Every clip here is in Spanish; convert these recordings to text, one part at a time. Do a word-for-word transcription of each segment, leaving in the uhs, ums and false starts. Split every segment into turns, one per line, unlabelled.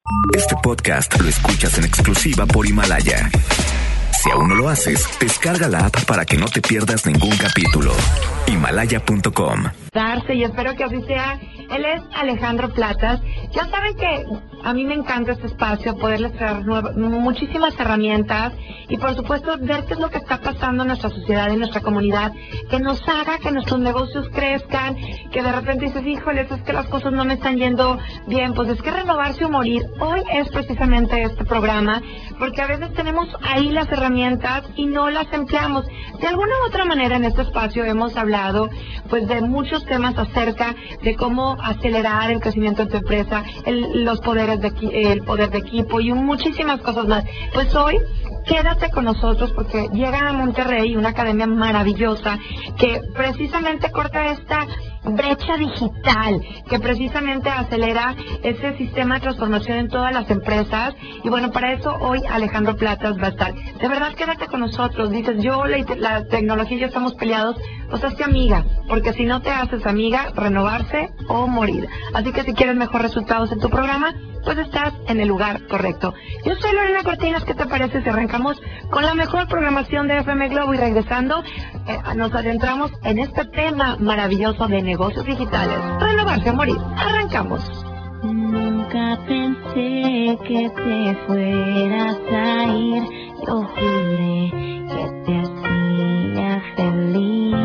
Este podcast lo escuchas en exclusiva por Himalaya. Si aún no lo haces, descarga la app para que no te pierdas ningún capítulo. Himalaya punto com.
Y espero que así sea. Él es Alejandro Platas. Ya saben que a mí me encanta este espacio, poderles traer nuevas, muchísimas herramientas y por supuesto ver qué es lo que está pasando en nuestra sociedad, en nuestra comunidad, que nos haga que nuestros negocios crezcan, que de repente dices, híjole, es que las cosas no me están yendo bien, pues es que renovarse o morir. Hoy es precisamente este programa, porque a veces tenemos ahí las herramientas y no las empleamos. De alguna u otra manera en este espacio hemos hablado pues de muchos temas acerca de cómo acelerar el crecimiento de tu empresa, el, los poderes de el poder de equipo y muchísimas cosas más. Pues hoy quédate con nosotros porque llega a Monterrey una academia maravillosa que precisamente corta esta brecha digital, que precisamente acelera ese sistema de transformación en todas las empresas. Y bueno, para eso hoy Alejandro Platas va a estar. De verdad, quédate con nosotros. Dices, yo, la, la tecnología y yo estamos peleados, pues hazte amiga, porque si no te haces amiga, renovarse o morir. Así que si quieres mejores resultados en tu programa, pues estás en el lugar correcto. Yo soy Lorena Cortinas. ¿Qué te parece si arrancamos con la mejor programación de F M Globo? Y regresando, eh, nos adentramos en este tema maravilloso de negocios digitales. Renovarse o morir. Arrancamos.
Nunca pensé que te fueras a ir. Yo juré que te hacía feliz.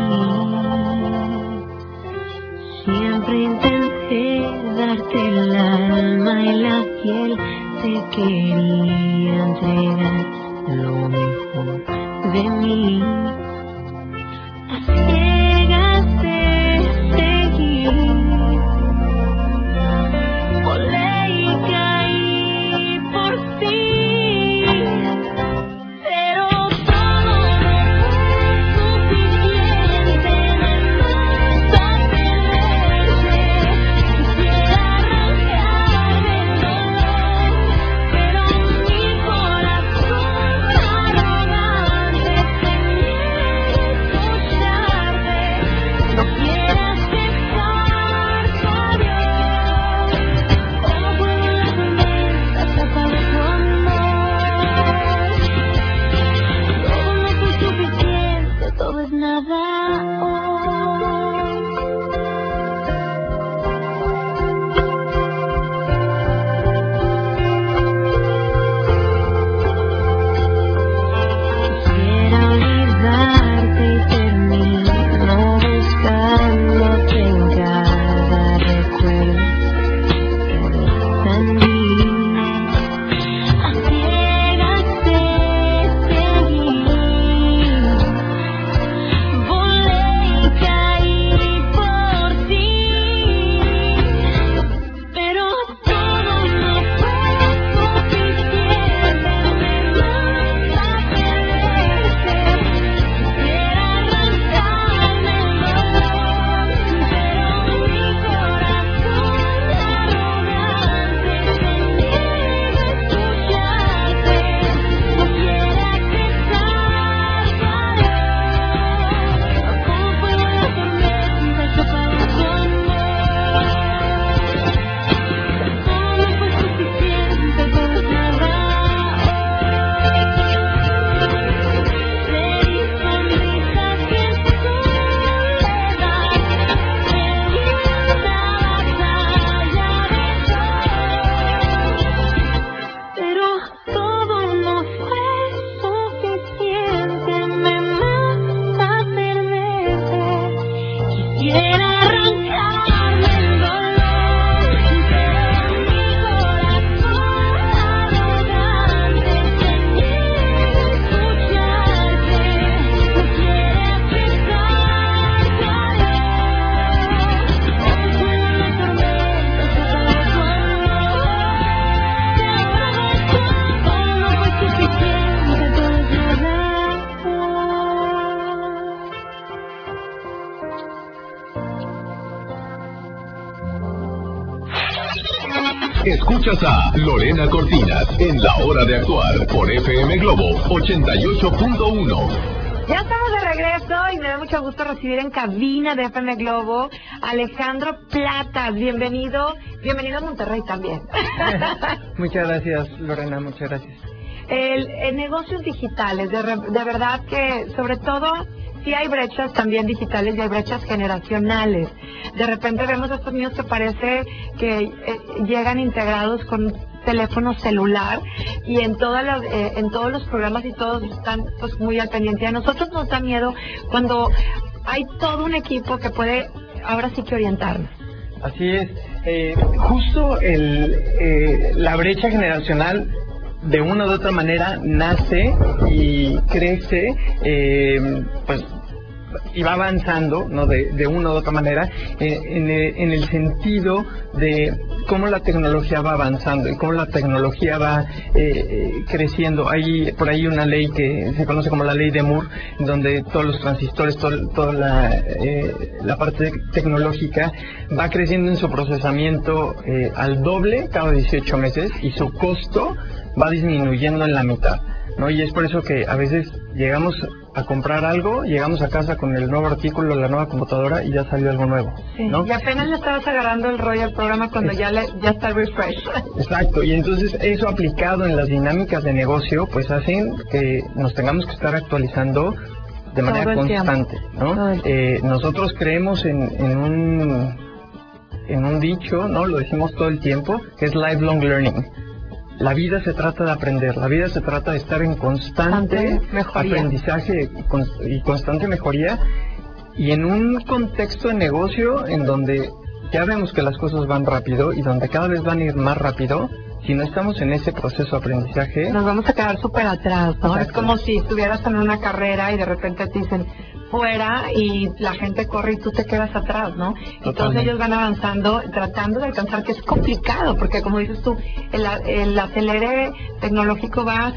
Siempre intenté darte el alma y la piel. Te quería entregar lo mejor de mí. A ciegas te seguí. Volé y caí por ti. Pero todo no fue suficiente. Me mata perderse. Quisiera arrancarme el dolor, pero mi corazón arrogante se niega a escucharte. No quieras dejar saber cómo puedo la tormenta atrapado en tu amor. Todo no fue suficiente, todo es nada hoy. Quisiera olvidarte y termino buscándote en cada recuerdo que está en mí. A ciegas te seguí. Volé y caí por ti. Pero todo no fue suficiente. Me mata perderse. Quisiera arrancarme el dolor, pero mi corazón arrogante se niega a escucharte. No quiere aceptar saber cómo puedo la tormenta atrapado en tu amor. Todo no fue suficiente, todo es nada hoy. Seis sonrisas que en soledad perdí esta batalla de pero todo no fue suficiente. Me mata perderte. Quisiera arrancarme el dolor, pero mi corazón arrogante se niega a escucharte. No quiere aceptar saber cómo puedo la tormenta atrapado en tu amor. Te abrazo, todo no fue suficiente, todo es nada
Escuchas a Lorena Cortinas en La Hora de Actuar por F M Globo ochenta y ocho punto uno.
Ya estamos de regreso y me da mucho gusto recibir en cabina de F M Globo a Alejandro Platas. Bienvenido, bienvenido a Monterrey también.
Muchas gracias, Lorena, muchas gracias.
El, el negocios digitales, de, re, de verdad que sobre todo sí hay brechas también digitales y hay brechas generacionales. De repente vemos a estos niños que parece que eh, llegan integrados con teléfono celular y en todas las, eh, en todos los programas y todos están pues muy al pendiente. A nosotros nos da miedo cuando hay todo un equipo que puede ahora sí que orientarnos.
Así es, eh, justo el, eh, la brecha generacional de una u otra manera nace y crece, eh, pues y va avanzando, ¿no? De, de una u otra manera, eh, en, el, en el sentido de cómo la tecnología va avanzando y cómo la tecnología va eh, eh, creciendo. Hay por ahí una ley que se conoce como la ley de Moore, donde todos los transistores, todo, toda la, eh, la parte tecnológica va creciendo en su procesamiento eh, al doble cada dieciocho meses y su costo va disminuyendo en la mitad, ¿no? Y es por eso que a veces llegamos a comprar algo, llegamos a casa con el nuevo artículo, la nueva computadora y ya salió algo nuevo,
sí,
¿no?
Y apenas le estabas agarrando el rollo al programa cuando es, ya le, ya está el refresh.
Exacto, y entonces eso aplicado en las dinámicas de negocio, pues hacen que nos tengamos que estar actualizando de manera constante, ¿no? Eh, nosotros creemos en, en un en un dicho, ¿no? Lo decimos todo el tiempo, que es lifelong learning. La vida se trata de aprender, la vida se trata de estar en constante aprendizaje y constante mejoría, y en un contexto de negocio en donde ya vemos que las cosas van rápido y donde cada vez van a ir más rápido. Si no estamos en ese proceso de aprendizaje,
nos vamos a quedar súper atrás, ¿no? Exacto. Es como si estuvieras en una carrera y de repente te dicen fuera y la gente corre y tú te quedas atrás, ¿no? Y Totalmente. Todos ellos van avanzando, tratando de alcanzar, que es complicado, porque como dices tú, el, el acelere tecnológico va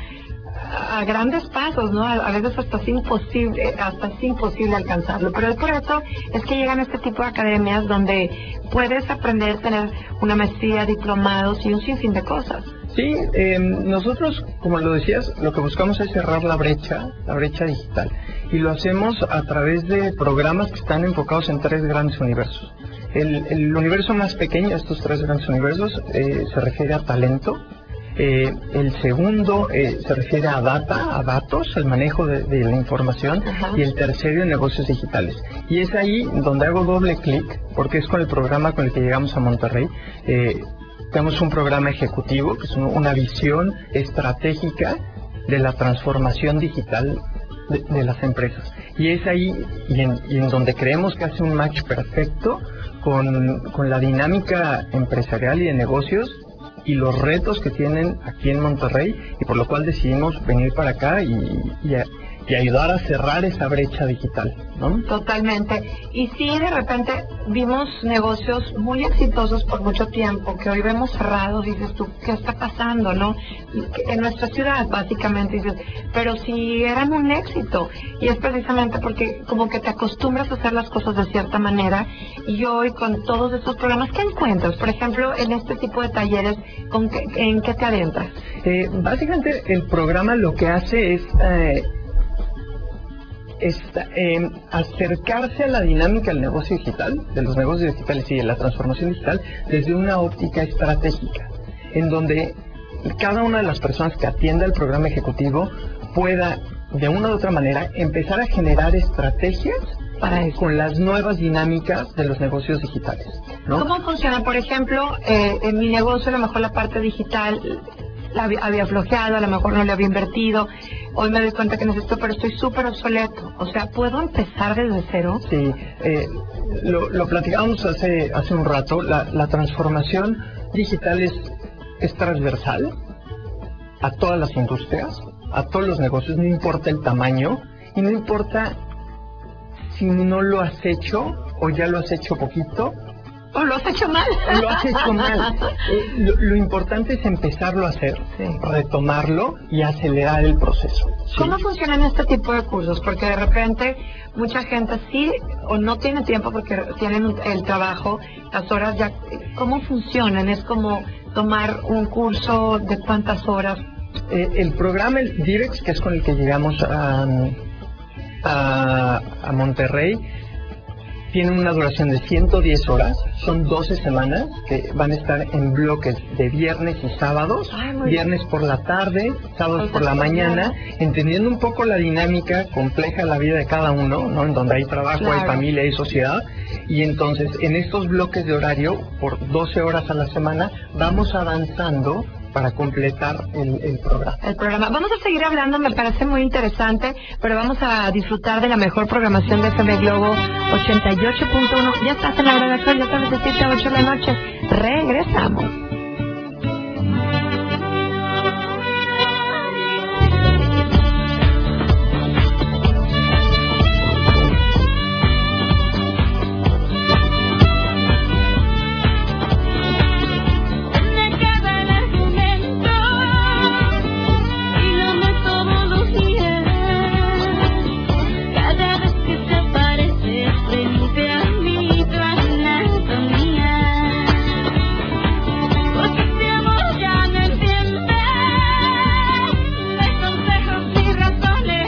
a grandes pasos, ¿no? A, a veces hasta es imposible, hasta es imposible alcanzarlo. Pero es por eso es que llegan este tipo de academias donde puedes aprender, tener una maestría, diplomados y un sinfín de cosas.
Sí, eh, nosotros, como lo decías, lo que buscamos es cerrar la brecha, la brecha digital. Y lo hacemos a través de programas que están enfocados en tres grandes universos. El, el universo más pequeño de estos tres grandes universos eh, se refiere a talento. Eh, el segundo eh, se refiere a data, a datos, al manejo de, de la información. Ajá. Y el tercero en negocios digitales. Y es ahí donde hago doble clic, porque es con el programa con el que llegamos a Monterrey. Eh, tenemos un programa ejecutivo, que es un, una visión estratégica de la transformación digital de, de las empresas. Y es ahí y en, y en donde creemos que hace un match perfecto con, con la dinámica empresarial y de negocios y los retos que tienen aquí en Monterrey, y por lo cual decidimos venir para acá y, y, a, y ayudar a cerrar esa brecha digital, ¿no? Totalmente.
Y sí, de repente vimos negocios muy exitosos por mucho tiempo, que hoy vemos cerrados, dices tú, ¿qué está pasando, no? En nuestra ciudad, básicamente, dices, pero sí eran un éxito, y es precisamente porque como que te acostumbras a hacer las cosas de cierta manera, y hoy con todos estos programas, ¿qué encuentras? Por ejemplo, en este tipo de talleres, ¿con qué, ¿en qué te adentras?
Eh, básicamente, el programa lo que hace es... Eh, Es, eh, acercarse a la dinámica del negocio digital, de los negocios digitales y de la transformación digital desde una óptica estratégica, en donde cada una de las personas que atienda el programa ejecutivo pueda de una u otra manera empezar a generar estrategias para eso, con las nuevas dinámicas de los negocios digitales, ¿no?
¿Cómo funciona? Por ejemplo, eh, en mi negocio a lo mejor la parte digital la había flojeado, a lo mejor no le había invertido, hoy me doy cuenta que necesito, pero estoy súper obsoleto. O sea, ¿puedo empezar desde cero?
Sí, eh, lo, lo platicábamos hace, hace un rato, la, la transformación digital es, es transversal a todas las industrias, a todos los negocios, no importa el tamaño, y no importa si no lo has hecho o ya lo has hecho poquito,
o lo has hecho mal.
O lo has hecho mal. Eh, lo, lo importante es empezarlo a hacer, sí. Retomarlo y acelerar el proceso.
¿Sí? ¿Cómo funcionan este tipo de cursos? Porque de repente mucha gente sí o no tiene tiempo porque tienen el trabajo, las horas ya... ¿Cómo funcionan? ¿Es como tomar un curso de cuántas horas?
Eh, el programa, el Direx, que es con el que llegamos a... a, a Monterrey, tienen una duración de ciento diez horas, son doce semanas que van a estar en bloques de viernes y sábados,
Ay, muy
viernes
bien.
por la tarde, sábados
Ay,
por la mañana, entendiendo un poco la dinámica compleja de la vida de cada uno, ¿no? En donde hay trabajo,
Claro.
hay familia, hay sociedad, y entonces en estos bloques de horario, por doce horas a la semana, vamos avanzando para completar el, el programa.
El programa. Vamos a seguir hablando, me parece muy interesante, pero vamos a disfrutar de la mejor programación de F M Globo ochenta y ocho punto uno. Ya estás en la hora de actual, ya sabes, de siete a ocho de la noche. Regresamos.
Me queda el argumento y lo me todos los días. Cada vez que se aparece frente a mí tu anatomía. Porque este amor ya no entiende de consejos y razones.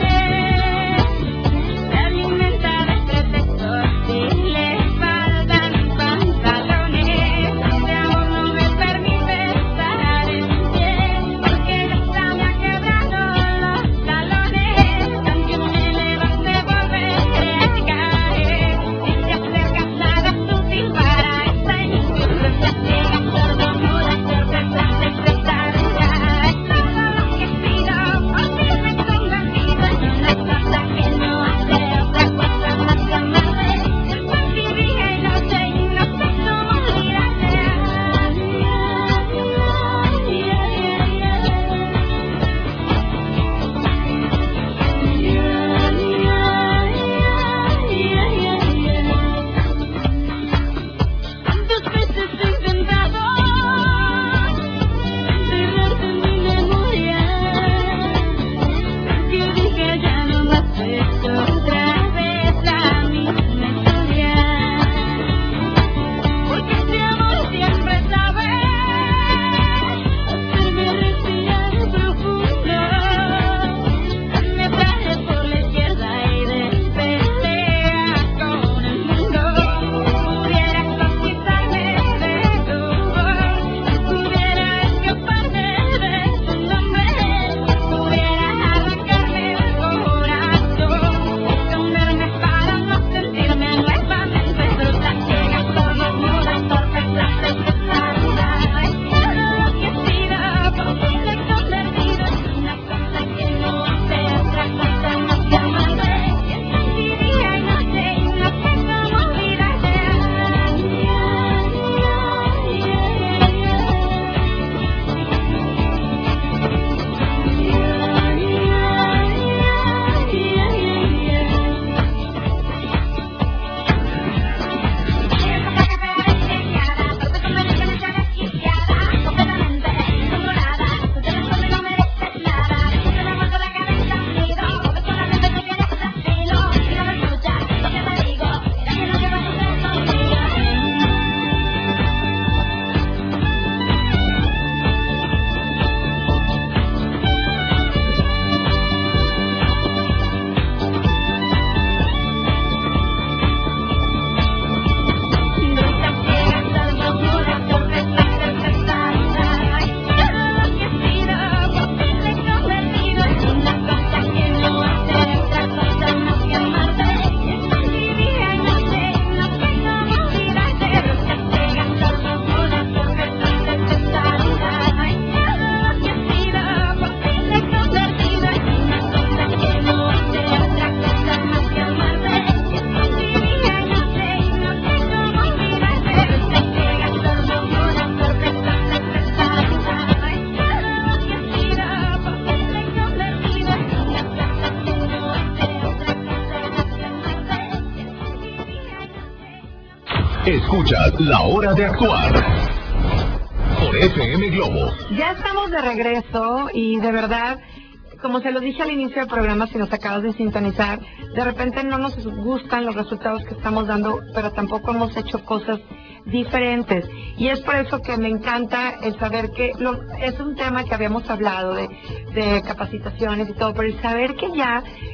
Se alimenta de pretextos y le faltan pantalones. Este amor no me permite estar en pie, porque ya está me ha quebrado los talones. Aunque me levante volveré a caer. Si se acerca nada sutil para esta ilusión, se ciega, sordo, muda, sorpresa, secretaria. Es todo lo que pido, porque me he convertido en una cosa que no hace otra cosa más que amarte. Después dije y no sé, y no sé cómo olvidarte. Tantas veces he intentado enterrarte en mi memoria, que dije ya no me acepto otra vez la misma historia. Porque este amor siempre sabe hacerme respirar profundo. Me traje por la izquierda y de pelea con el mundo. Pudiera conquistarme de tu voz, pudiera escaparme de tu nombre, pudiera arrancarme el corazón, esconderme para no sentirme nuevamente bruta, ciega, sorda, muda, torpeza, secretaria. Es todo lo que he sido, porque me he convertido en una cosa que no hace otra cosa más que amarte. Y día y noche y no sé cómo olvidarte.
Escuchas La Hora de Actuar por F M Globo.
Ya estamos de regreso y de verdad, como se lo dije al inicio del programa, si nos acabas de sintonizar, de repente no nos gustan los resultados que estamos dando, pero tampoco hemos hecho cosas diferentes. Y es por eso que me encanta el saber que lo, es un tema que habíamos hablado de, de capacitaciones y todo, pero el saber que ya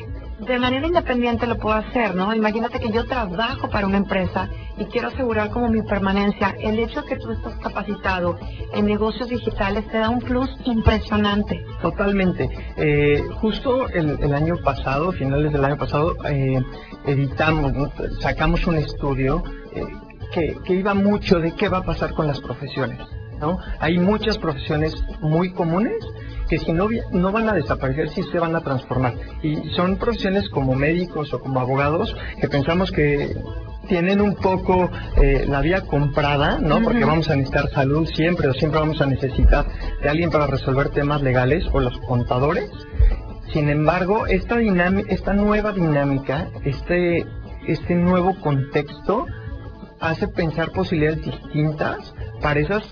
de manera independiente lo puedo hacer, ¿no? Imagínate que yo trabajo para una empresa y quiero asegurar como mi permanencia. El hecho de que tú estás capacitado en negocios digitales te da un plus impresionante.
Totalmente. Eh, justo el, el año pasado, finales del año pasado, eh, editamos, ¿no? Sacamos un estudio eh, que, que iba mucho de qué va a pasar con las profesiones, ¿no? Hay muchas profesiones muy comunes que si no, no van a desaparecer, sí se van a transformar. Y son profesiones como médicos o como abogados que pensamos que tienen un poco eh, la vía comprada, ¿no? Uh-huh. Porque vamos a necesitar salud siempre o siempre vamos a necesitar de alguien para resolver temas legales o los contadores. Sin embargo, esta, dinam- esta nueva dinámica, este, este nuevo contexto hace pensar posibilidades distintas para esas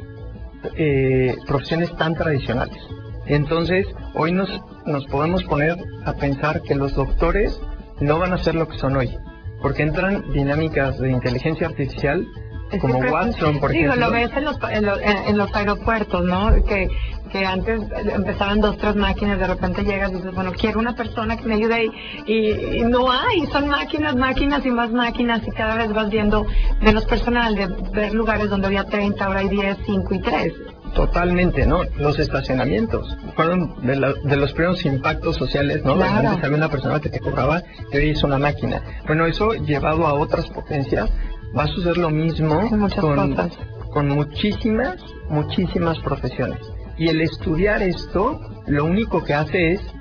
eh, profesiones tan tradicionales. Entonces, hoy nos, nos podemos poner a pensar que los doctores no van a ser lo que son hoy, porque entran dinámicas de inteligencia artificial como
Siempre,
Watson, por
digo,
ejemplo.
lo ves en los, en, los, en los aeropuertos, ¿no? Que, que antes empezaban dos, tres máquinas, de repente llegas y dices, bueno, quiero una persona que me ayude y, y, y no hay, son máquinas, máquinas y más máquinas y cada vez vas viendo menos personal, de ver lugares donde había treinta, ahora hay diez, cinco y tres.
Totalmente, ¿no? Los estacionamientos fueron de, la, de los primeros impactos sociales, ¿no?
Claro.
Antes había una persona que te cobraba y hoy es una máquina. Bueno, eso llevado a otras potencias va a suceder lo mismo con, con muchísimas, muchísimas profesiones. Y el estudiar esto, lo único que hace es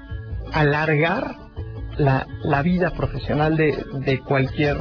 alargar la, la vida profesional de, de cualquier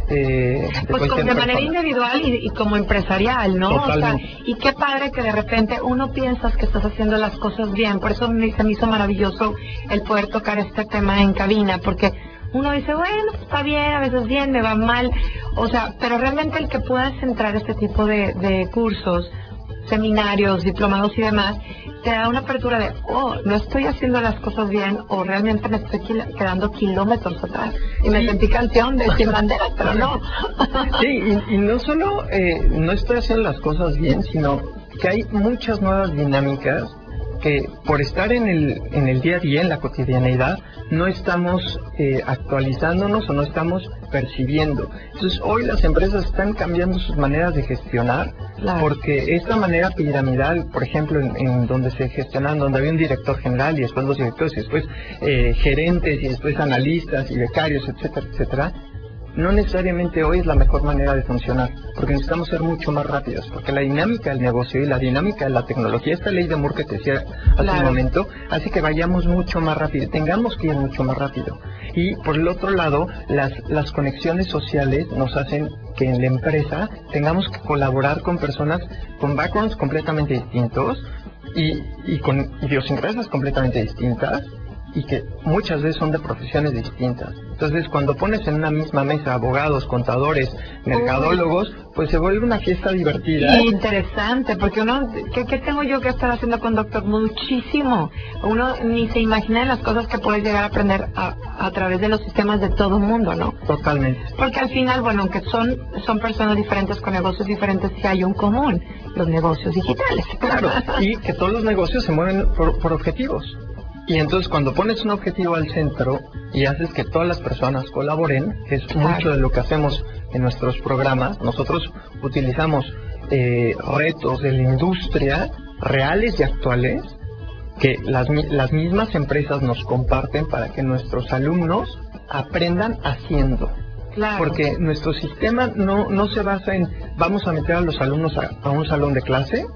eh, de
pues
cualquier
de manera
persona.
individual y, y como empresarial, ¿no?
Totalmente.
O sea, y qué padre que de repente uno piensas que estás haciendo las cosas bien. Por eso me, se me hizo maravilloso el poder tocar este tema en cabina, porque uno dice, bueno, pues está bien, a veces bien, me va mal, o sea, pero realmente el que puedas entrar a este tipo de, de cursos, seminarios, diplomados y demás, te da una apertura de, oh, no estoy haciendo las cosas bien, o realmente me estoy quedando kilómetros atrás. Y me
Sí.
sentí canción de Sin Banderas, pero no.
Sí, y, y no solo eh, no estoy haciendo las cosas bien, sino que hay muchas nuevas dinámicas que por estar en el, en el día a día, en la cotidianeidad, no estamos eh, actualizándonos o no estamos percibiendo. Entonces hoy las empresas están cambiando sus maneras de gestionar,
Claro.
porque esta manera piramidal, por ejemplo, en, en donde se gestionan, donde había un director general y después los directores y después eh, gerentes y después analistas y becarios, etcétera, etcétera, no necesariamente hoy es la mejor manera de funcionar, porque necesitamos ser mucho más rápidos, porque la dinámica del negocio y la dinámica de la tecnología, esta ley de Moore que te decía hace
Claro.
un momento, hace que vayamos mucho más rápido, tengamos que ir mucho más rápido. Y por el otro lado, las, las conexiones sociales nos hacen que en la empresa tengamos que colaborar con personas con backgrounds completamente distintos y, y con idiosincrasias completamente distintas, y que muchas veces son de profesiones distintas. Entonces, cuando pones en una misma mesa abogados, contadores, mercadólogos, pues se vuelve una fiesta divertida.
Y interesante, porque uno, ¿qué, ¿qué tengo yo que estar haciendo con doctor? Muchísimo. Uno ni se imagina de las cosas que puedes llegar a aprender a, a través de los sistemas de todo el mundo, ¿no?
Totalmente.
Porque al final, bueno, aunque son, son personas diferentes con negocios diferentes, sí hay un común, los negocios digitales.
Claro, y que todos los negocios se mueven por, por objetivos. Y entonces cuando pones un objetivo al centro y haces que todas las personas colaboren, que es
Claro.
mucho de lo que hacemos en nuestros programas, nosotros utilizamos eh, retos de la industria reales y actuales que las, mi- las mismas empresas nos comparten para que nuestros alumnos aprendan haciendo.
Claro.
Porque nuestro sistema no, no se basa en vamos a meter a los alumnos a, a un salón de clase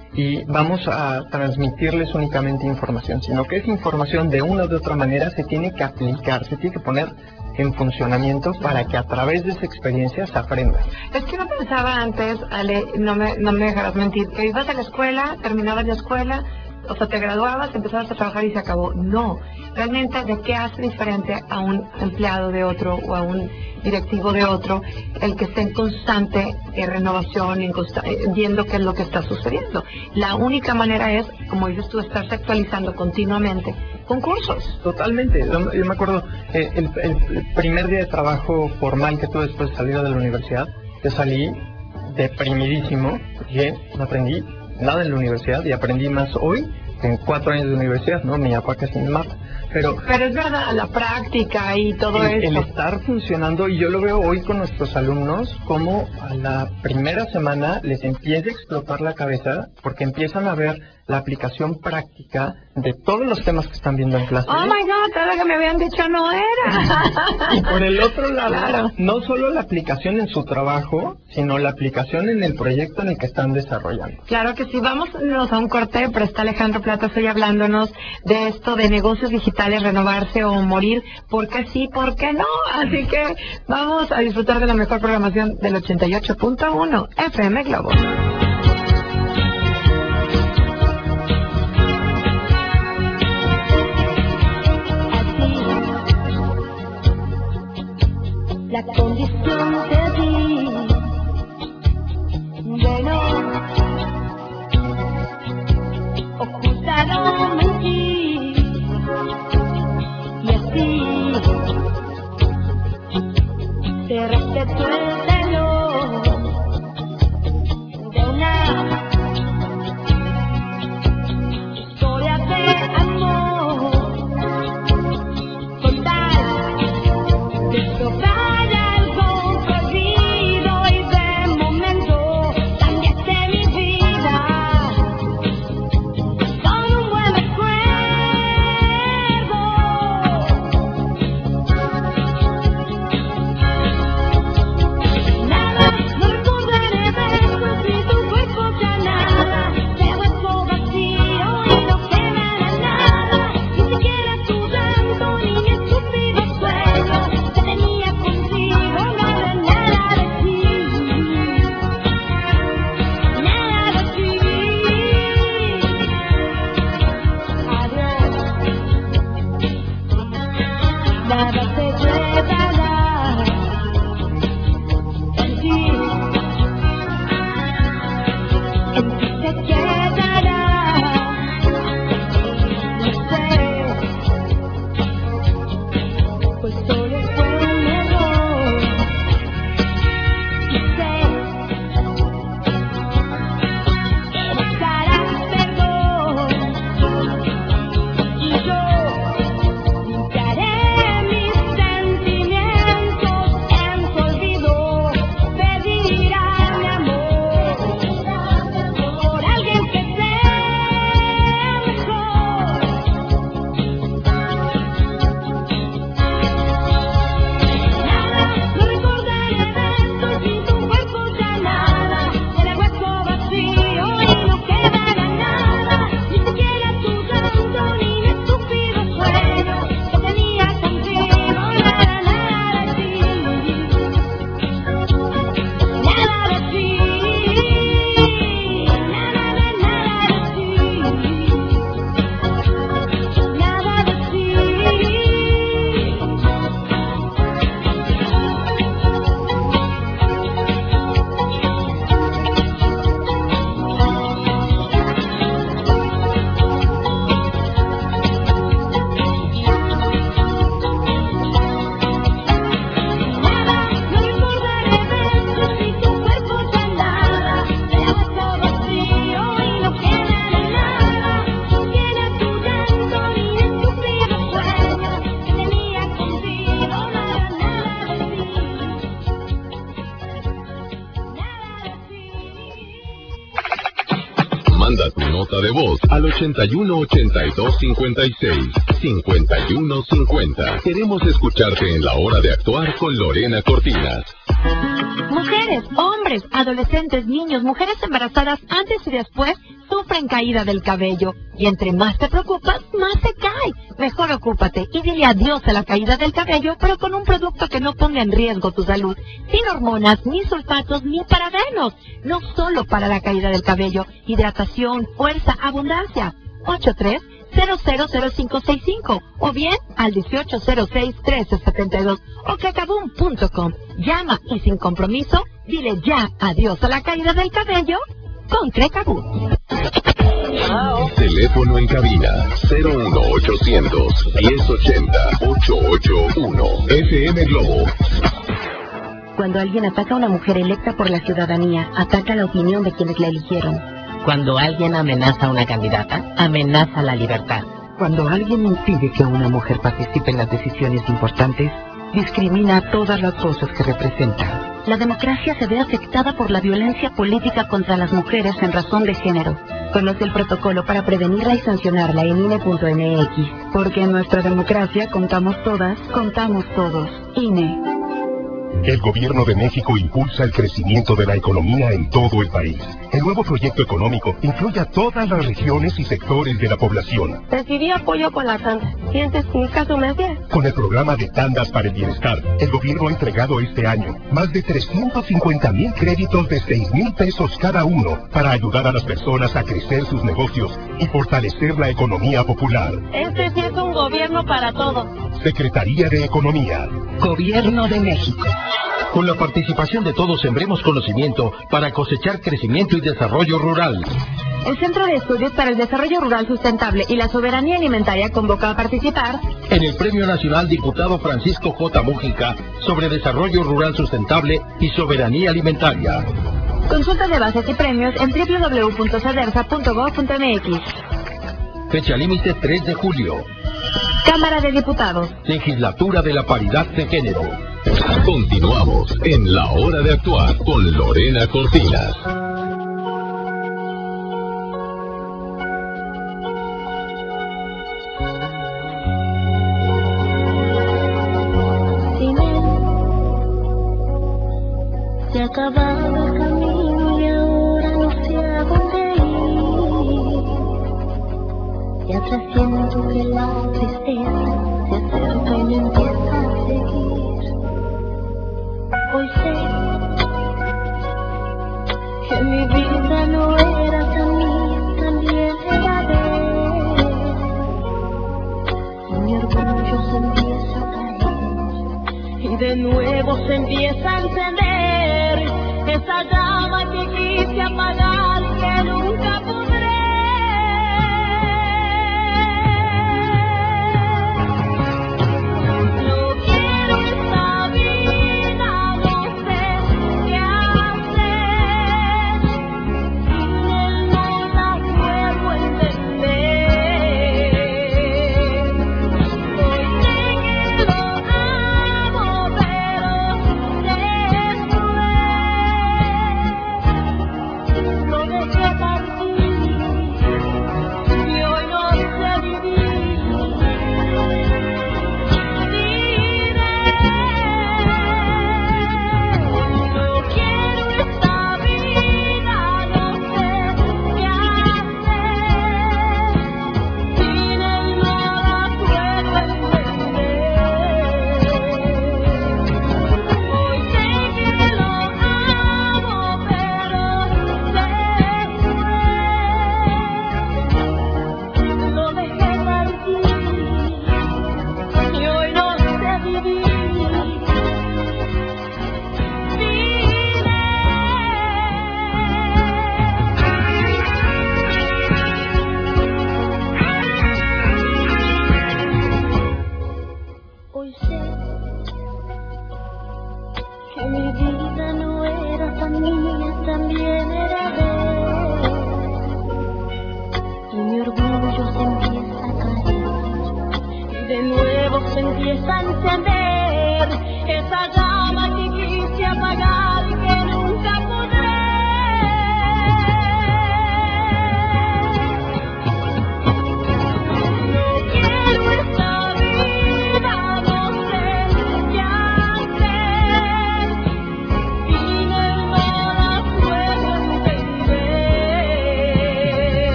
y vamos a transmitirles únicamente información, sino que esa información de una u de otra manera se tiene que aplicar, se tiene que poner en funcionamiento para que a través de esa experiencia se aprenda.
Es que uno pensaba antes, Ale, no me, no me dejarás mentir, que ibas a la escuela, terminabas la escuela, o sea, te graduabas, empezabas a trabajar y se acabó. No, realmente, ¿de qué hace diferente a un empleado de otro o a un directivo de otro el que esté en constante eh, renovación, en consta- eh, viendo qué es lo que está sucediendo? La única manera es, como dices tú, estarse actualizando continuamente con cursos.
Totalmente. Yo, yo me acuerdo, eh, el, el- el primer día de trabajo formal que tuve después de salir de la universidad, yo salí deprimidísimo, porque no aprendí nada en la universidad y aprendí más hoy en cuatro años de universidad, ¿no? Mi papá casi me mata. Pero,
Pero es verdad, la práctica y todo
el,
eso.
el estar funcionando, y yo lo veo hoy con nuestros alumnos, como a la primera semana les empieza a explotar la cabeza porque empiezan a ver la aplicación práctica de todos los temas que están viendo en clase.
Oh my God, todo lo que me habían dicho no era.
Y por el otro lado,
Claro.
no solo la aplicación en su trabajo, sino la aplicación en el proyecto en el que están desarrollando.
Claro que sí, vámonos a un corte, pero está Alejandro Platas hoy hablándonos de esto de negocios digitales, renovarse o morir, ¿por qué sí, por qué no? Así que vamos a disfrutar de la mejor programación del ochenta y ocho punto uno F M Globo.
La condición te di de no ocultar o mentir, y así te respeto el reloj de una historia de amor, con tal de probar
Manda tu nota de voz al ochenta y uno ochenta y dos cincuenta y seis cincuenta y uno cincuenta. Queremos escucharte en La Hora de Actuar con Lorena Cortinas.
Mujeres, hombres, adolescentes, niños, mujeres embarazadas antes y después sufren caída del cabello. Y entre más te preocupas, más te cae. Mejor ocúpate y dile adiós a la caída del cabello, pero con un producto que no ponga en riesgo tu salud. Sin hormonas, ni sulfatos, ni parabenos. No solo para la caída del cabello. Hidratación, fuerza, abundancia. ocho tres cero cero cero cinco seis cinco o bien al dieciocho cero seis trece setenta y dos o cacabum punto com. Llama y sin compromiso, dile ya adiós a la caída del cabello con Crecabum.
Teléfono en cabina cero uno ochocientos diez ochenta ochocientos ochenta y uno. F M Globo.
Cuando alguien ataca a una mujer electa por la ciudadanía, ataca la opinión de quienes la eligieron. Cuando alguien amenaza a una candidata, amenaza la libertad.
Cuando alguien impide que una mujer participe en las decisiones importantes, discrimina a todas las cosas que representa.
La democracia se ve afectada por la violencia política contra las mujeres en razón de género. Conoce el protocolo para prevenirla y sancionarla en I N E punto M X.
Porque en nuestra democracia contamos todas, contamos todos. I N E.
El Gobierno de México impulsa el crecimiento de la economía en todo el país. El nuevo proyecto económico incluye a todas las regiones y sectores de la población.
Recibí apoyo con la tanda. ¿Sientes que mi caso me hace?
Con el programa de Tandas para el Bienestar, el gobierno ha entregado este año más de trescientos cincuenta mil créditos de seis mil pesos cada uno para ayudar a las personas a crecer sus negocios y fortalecer la economía popular.
Este sí es un gobierno para todos.
Secretaría de Economía.
Gobierno de México.
Con la participación de todos sembremos conocimiento para cosechar crecimiento y desarrollo rural.
El Centro de Estudios para el Desarrollo Rural Sustentable y la Soberanía Alimentaria convoca a participar
en el Premio Nacional Diputado Francisco J. Mújica sobre Desarrollo Rural Sustentable y Soberanía Alimentaria.
Consulta de bases y premios en doble u doble u doble u punto sadersa punto gob punto m x.
Fecha límite tres de julio.
Cámara de Diputados.
Legislatura de la Paridad de Género.
Continuamos en La Hora de Actuar con Lorena Cortinas.
Sin él se acababa el camino y ahora no sé a dónde ir. Y atrás siento que la tristeza se acerca y me empieza a seguir. Hoy sé que mi vida no era tan mía, también era de él. Y mi orgullo se empieza a caer y de nuevo se empieza a encender esa llama que quise apagar y que nunca podré.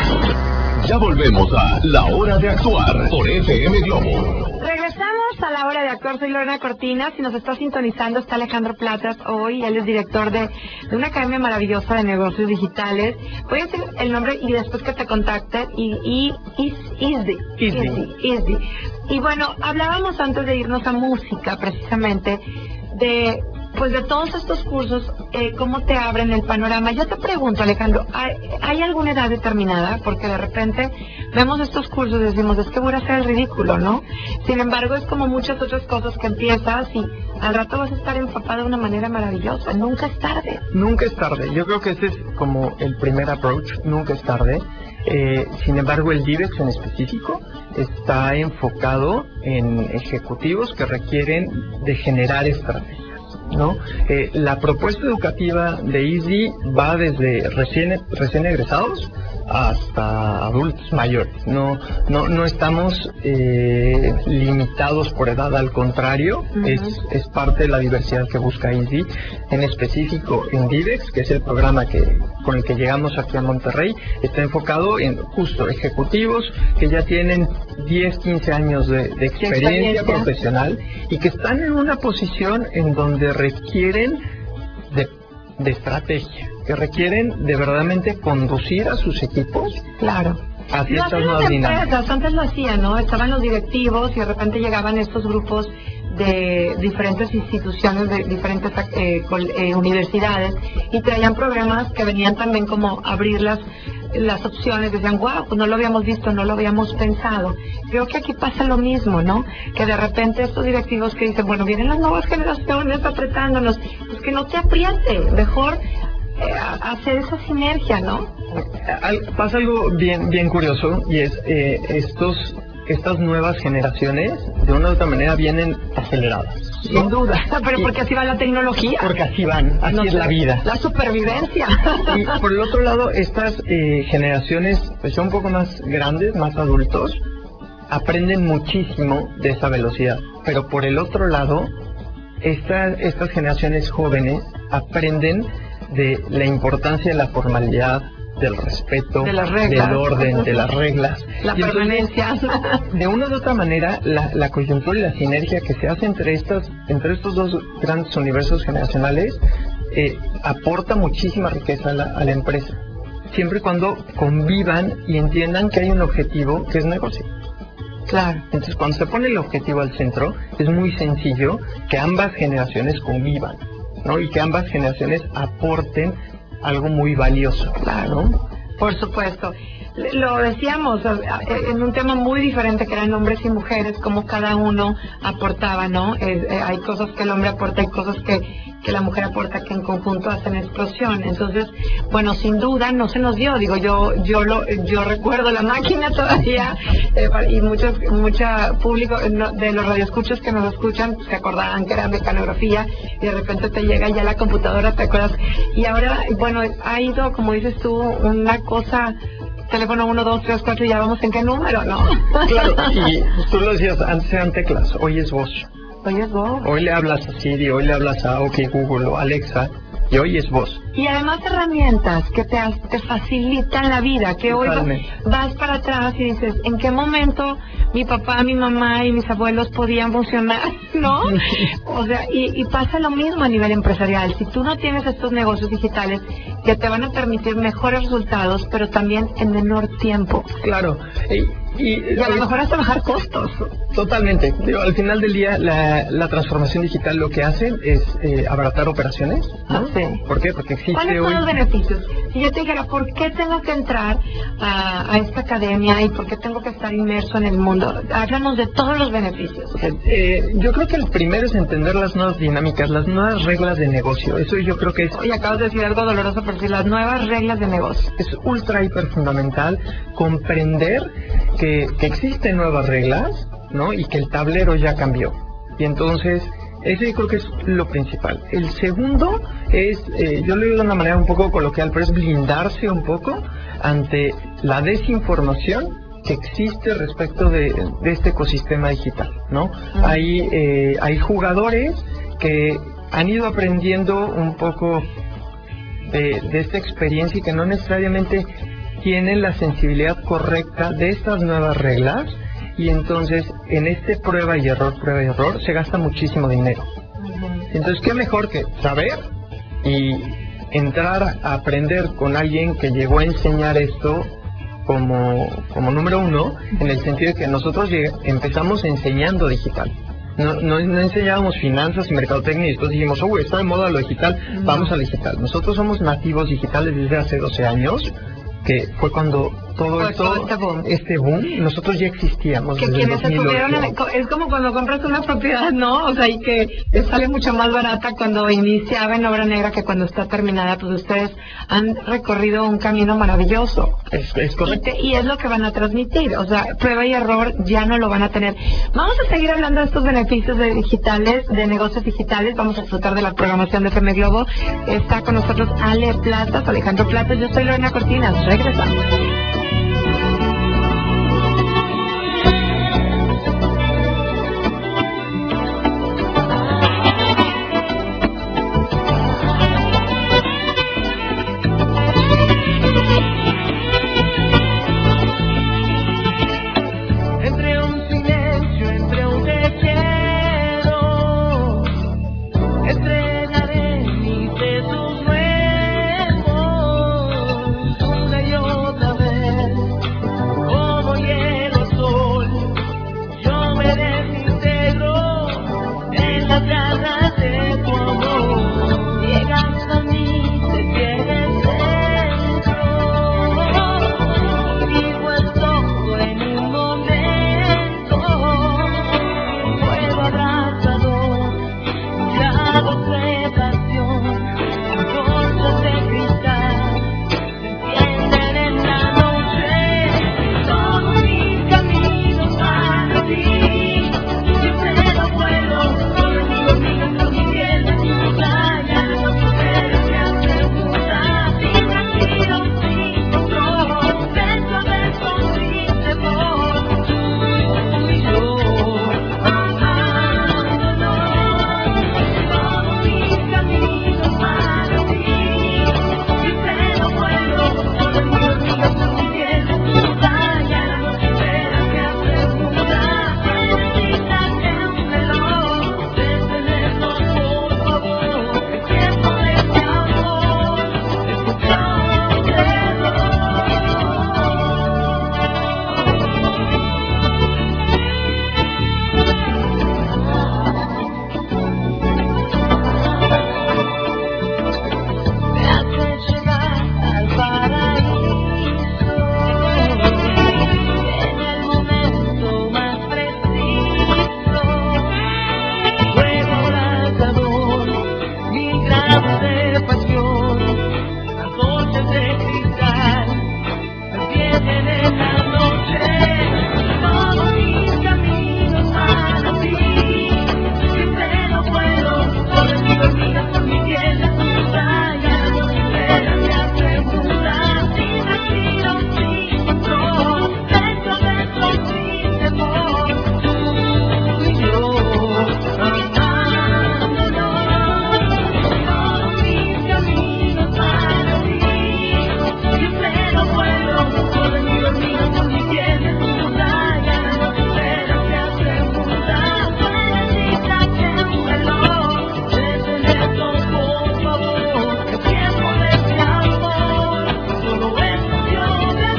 Ya volvemos a La Hora de Actuar por F M Globo.
Regresamos a La Hora hora de actuar. Soy Lorena Cortina. Si nos está sintonizando, está Alejandro Platas hoy. Él es director de, de una academia maravillosa de negocios digitales. Voy a decir el nombre y después que te contacten. Y, y, y Easy. Easy. Easy. Y bueno, hablábamos antes de irnos a música, precisamente, de... pues de todos estos cursos, eh, ¿cómo te abren el panorama? Yo te pregunto, Alejandro, ¿hay, ¿hay alguna edad determinada? Porque de repente vemos estos cursos y decimos, es que voy a hacer el ridículo, ¿no? Sin embargo, es como muchas otras cosas que empiezas y al rato vas a estar empapado de una manera maravillosa. Nunca es tarde.
Nunca es tarde. Yo creo que ese es como el primer approach, nunca es tarde. Eh, sin embargo, el DIVEX en específico está enfocado en ejecutivos que requieren de generar estrategias, ¿no? Eh, la propuesta educativa de Easy va desde recién, recién egresados hasta adultos mayores. No, no, no estamos eh, limitados por edad, al contrario, uh-huh. es, es parte de la diversidad que busca Easy. En específico en DIVEX, que es el programa que, con el que llegamos aquí a Monterrey, está enfocado en justo ejecutivos que ya tienen diez, quince años de, de experiencia, experiencia profesional y que están en una posición en donde requieren de, de estrategia, que requieren de verdaderamente conducir a sus equipos.
Claro.
Hacia
no,
estas nuevas dinámicas.
Antes lo hacían, ¿no? Estaban los directivos y de repente llegaban estos grupos de diferentes instituciones, de diferentes eh, eh, universidades, y traían programas que venían también como a abrir las, las opciones. Decían, wow, pues no lo habíamos visto, no lo habíamos pensado. Creo que aquí pasa lo mismo, ¿no? Que de repente estos directivos que dicen, bueno, vienen las nuevas generaciones apretándonos, pues que no te apriete, mejor eh, hacer esa sinergia, ¿no?
Pasa algo bien, bien curioso, y es eh, estos estas nuevas generaciones de una u otra manera vienen aceleradas, ¿no?
Sin duda, pero porque así va la tecnología.
Porque así van, así no, es la vida.
La supervivencia.
Y por el otro lado, estas eh, generaciones pues son un poco más grandes, más adultos, aprenden muchísimo de esa velocidad. Pero por el otro lado, estas, estas generaciones jóvenes aprenden de la importancia de la formalidad, del respeto,
de las reglas,
del orden, de las reglas.
La
y
permanencia.
Entonces, de una u otra manera, la, la coyuntura y la sinergia que se hace entre estas, entre estos dos grandes universos generacionales, eh, aporta muchísima riqueza a la, a la empresa. Siempre y cuando convivan y entiendan que hay un objetivo que es negocio.
Claro.
Entonces, cuando se pone el objetivo al centro, es muy sencillo que ambas generaciones convivan, ¿no? Y que ambas generaciones aporten algo muy valioso,
claro, ¿no? Por supuesto. Lo decíamos en un tema muy diferente, que eran hombres y mujeres, como cada uno aportaba, ¿no? Eh, eh, hay cosas que el hombre aporta, hay cosas que, que la mujer aporta, que en conjunto hacen explosión. Entonces, bueno, sin duda no se nos dio. Digo, yo yo lo yo recuerdo la máquina todavía, eh, y muchos mucha público de los radioescuchos que nos escuchan se acordaban que era mecanografía, y de repente te llega ya la computadora, ¿te acuerdas? Y ahora, bueno, ha ido, como dices tú, una cosa... Teléfono uno, dos, tres, cuatro, y ya vamos en qué número, ¿no?
Claro, y tú lo decías, antes eran teclas, hoy es voz.
Hoy es voz.
Hoy le hablas a Siri, hoy le hablas a OK Google o Alexa, y hoy es voz.
Y además herramientas que te, te facilitan la vida, que hoy vas, vas para atrás y dices, ¿en qué momento mi papá, mi mamá y mis abuelos podían funcionar? ¿No? O sea, y, y pasa lo mismo a nivel empresarial. Si tú no tienes estos negocios digitales que te van a permitir mejores resultados, pero también en menor tiempo.
Claro. Y, y,
y a lo mejor hasta bajar costos.
Totalmente. Digo, al final del día, la, la transformación digital lo que hace es eh, abaratar operaciones, ¿no?
Ah, sí.
¿Por qué? Porque existe
¿Cuáles son
hoy...
los beneficios? Si yo te dijera, ¿por qué tengo que entrar a, a esta academia y por qué tengo que estar inmerso en el mundo? Háblanos de todos los beneficios.
Eh, yo creo que el primero es entender las nuevas dinámicas, las nuevas reglas de negocio. Eso yo creo que es...
Oye, acabas de decir algo doloroso, pero sí, las nuevas reglas de negocio.
Es ultra, hiper fundamental comprender que, que existen nuevas reglas, ¿no? Y que el tablero ya cambió. Y entonces, ese yo creo que es lo principal. El segundo es, eh, yo lo digo de una manera un poco coloquial, pero es blindarse un poco ante la desinformación que existe respecto de, de este ecosistema digital, ¿no? Uh-huh. Hay, eh, hay jugadores que han ido aprendiendo un poco de, de esta experiencia y que no necesariamente tienen la sensibilidad correcta de estas nuevas reglas, y entonces en este prueba y error, prueba y error, se gasta muchísimo dinero. Entonces, ¿qué mejor que saber y entrar a aprender con alguien que llegó a enseñar esto como, como número uno, en el sentido de que nosotros empezamos enseñando digital. No, no, no enseñábamos finanzas y mercadotecnia y después dijimos, oh, está de moda lo digital, vamos al digital. Nosotros somos nativos digitales desde hace doce años, que fue cuando todo
Pues
esto,
todo este boom.
este boom, nosotros ya existíamos.
Que
desde
quienes se
dos mil ocho.
tuvieron, en- es como cuando compras una propiedad, ¿no? O sea, y que te sale mucho más barata cuando iniciaba en obra negra que cuando está terminada. Pues ustedes han recorrido un camino maravilloso.
Es, es correcto.
Y, te- y es lo que van a transmitir. O sea, prueba y error ya no lo van a tener. Vamos a seguir hablando de estos beneficios de digitales, de negocios digitales. Vamos a disfrutar de la programación de F M Globo. Está con nosotros Ale Platas, Alejandro Platas. Yo soy Lorena Cortinas. Regresamos.
Entre un silencio, entre un te quiero, estrenaré mis besos nuevos una y otra vez, como hielo al sol. Yo me desintegro en las garras de tu amor. Llegas a mí, te tienes dentro, y digo es todo en un momento. Fuego abrazador, mirados de pasión, antorchas de cristal, se encienden en la noche. Todos mis caminos van a ti, siempre lo puedo, solo digo mío por mi piel de tu playa. No quisiera que hacer muda, sin respiro, sin control, beso a beso, sin temor. Tú y yo, amándonos, todos mis caminos van a ti, siempre lo puedo, solo digo mío por mi piel de tu playa. No quisiera que hacer muda, necesitas el reloj, detenernos por favor, el tiempo de este amor, escuchamos de me haces llegar al paraíso en el momento más preciso. Fuego abrazador, mil grados de pasión, antorchas de cristal, se encienden en la noche. Todos mis caminos van a ti, siempre lo puedo, solo digo mira por mi piel de tu playa. No quisiera que hacer muda, sin respiro, sin control, beso a beso, sin temor. Tú y yo, amándonos, todos mis caminos van a ti, siempre lo puedo, solo digo mira por mi piel de tu playa. No quisiera que hacer muda, necesitas el reloj, detenernos por favor, el tiempo de este amor, solo es cuestión de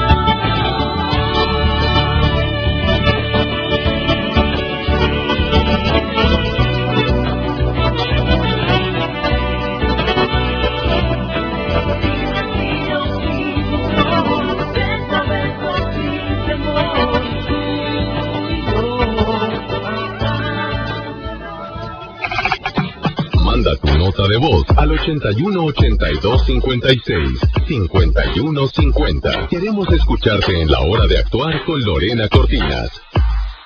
Manda tu nota de voz al ochenta y uno ochenta y dos cincuenta y seis cincuenta y uno cincuenta. Queremos escucharte en La Hora de Actuar con Lorena Cortinas.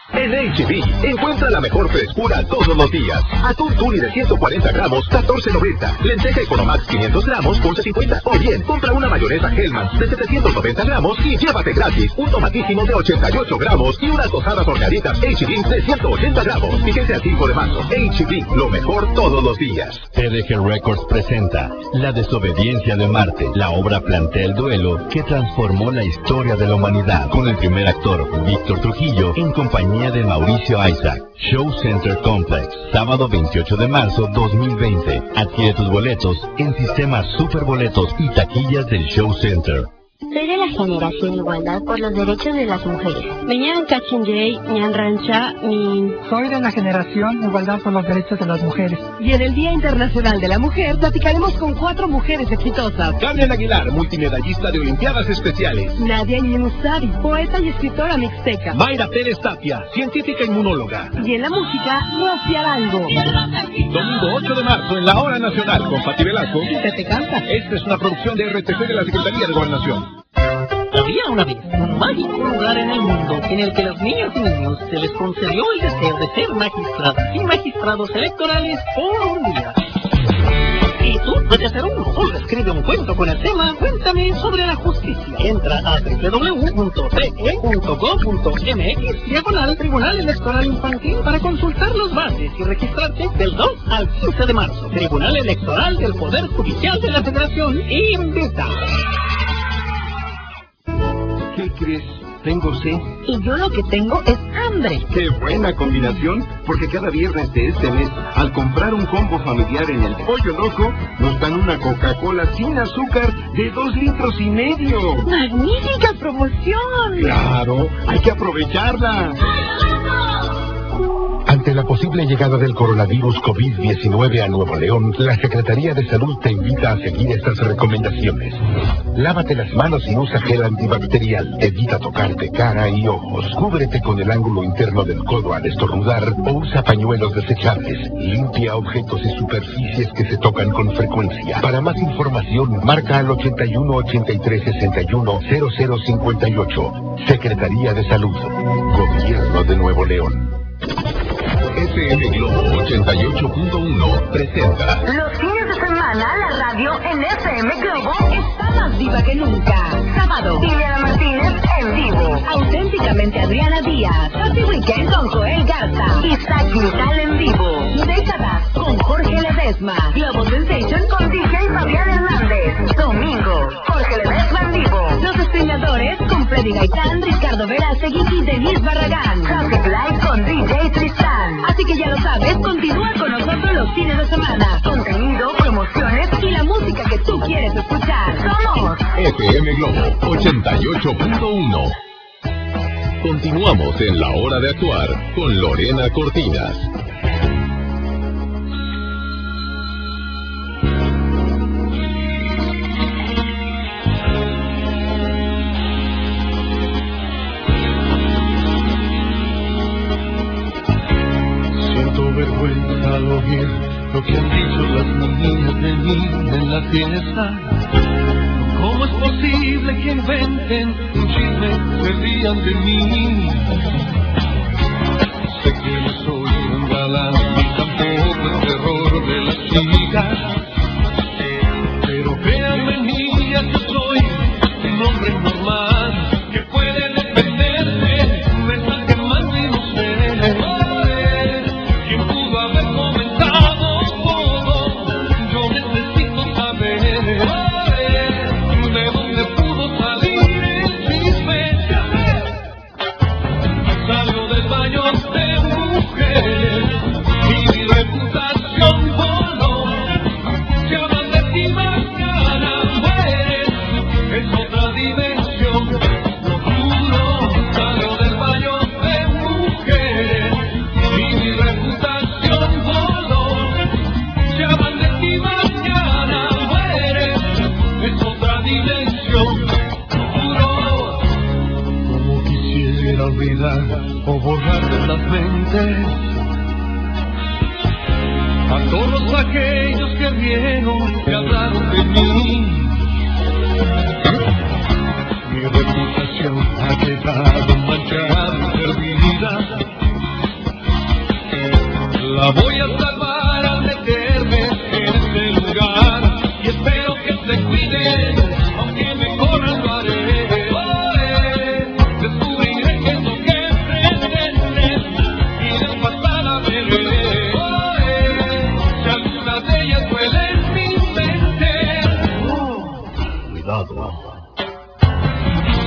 En H B encuentra la mejor frescura todos los días. Atún tuni de ciento cuarenta gramos, catorce noventa. Lenteja Economax quinientos gramos, once cincuenta. O bien, compra una mayonesa Hellmann's de setecientos noventa gramos y llévate gratis un tomatísimo de ochenta y ocho gramos y unas tostadas horneaditas H B de ciento ochenta gramos. Fíjense al cinco de marzo. H B, lo mejor todos los días.
T D G Records presenta La desobediencia de Marte. La obra plantea el duelo que transformó la historia de la humanidad, con el primer actor, Víctor Trujillo, en compañía de Mauricio Isaac. Show Center Complex, sábado veintiocho de marzo dos mil veinte. Adquiere tus boletos en sistemas Superboletos y taquillas del Show Center.
Soy de la generación Igualdad por los Derechos de las Mujeres. Meñan Kachinjay, Ñan Rancha, Min.
Soy de la generación Igualdad por los Derechos de las Mujeres.
Y en el Día Internacional de la Mujer platicaremos con cuatro mujeres exitosas.
Carmen Aguilar, multimedallista de Olimpiadas Especiales.
Nadia Yemusari, poeta y escritora mixteca.
Mayra Pérez Tapia, científica inmunóloga.
Y en la música, Rosy Arango.
Domingo ocho de marzo en la Hora Nacional con Pati Velasco.
Y Pepe Canta.
Esta es una producción de R T C de la Secretaría de Gobernación.
Había una vez un mágico lugar en el mundo en el que los niños y niños se les concedió el deseo de ser magistradas y magistrados electorales por un día. Y tú puedes hacer uno. Solo escribe un cuento con el tema Cuéntame sobre la justicia. Entra a doble u doble u doble u punto t e punto gov punto m x diagonal Tribunal Electoral Infantil para consultar las bases y registrarte del dos al quince de marzo. Tribunal Electoral del Poder Judicial de la Federación invita.
¿Qué crees? Tengo sed.
Y yo lo que tengo es hambre.
¡Qué buena combinación! Porque cada viernes de este mes, al comprar un combo familiar en el Pollo Loco, nos dan una Coca-Cola sin azúcar de dos litros y medio.
¡Magnífica promoción!
¡Claro! ¡Hay que aprovecharla!
Ante la posible llegada del coronavirus COVID diecinueve a Nuevo León, la Secretaría de Salud te invita a seguir estas recomendaciones. Lávate las manos y usa gel antibacterial. Evita tocarte cara y ojos. Cúbrete con el ángulo interno del codo al estornudar o usa pañuelos desechables. Limpia objetos y superficies que se tocan con frecuencia. Para más información, marca al ochenta y uno, ochenta y tres, sesenta y uno, cero cero cincuenta y ocho. Secretaría de Salud. Gobierno de Nuevo León.
F M Globo ochenta y ocho punto uno presenta.
Los fines de semana la radio en F M Globo
está más viva que nunca. Sábado,
Liliana Martínez en vivo.
Auténticamente Adriana Díaz. Happy Weekend con Joel Garza.
Isaac Mital en vivo.
Décadas con Jorge Ledesma.
Global Sensation con D J Fabián Hernández. Domingo, Jorge Ledesma en vivo.
Los Despeñadores con Freddy Gaitán, Ricardo Verástegui y Denise Barragán.
Traffic Light con D J Tristan.
Así que ya lo sabes, continúa con nosotros los fines de semana.
Contenido, promociones
y la música que tú quieres escuchar.
Somos
F M Globo ochenta y ocho punto uno. Continuamos en La Hora de Actuar con Lorena Cortinas.
Vergüenza al oír lo que han dicho las niñas de mí en la fiesta. ¿Cómo es posible que inventen un chisme, se rían de mí? Sé que no soy un galán ni tampoco el terror de las chicas, pero créanme niñas, yo soy un hombre normal que puede defenderse, me está quemando y no sé. O borrar de las mentes a todos aquellos que vieron, que hablaron de mí. Mi reputación ha quedado manchada y perdida.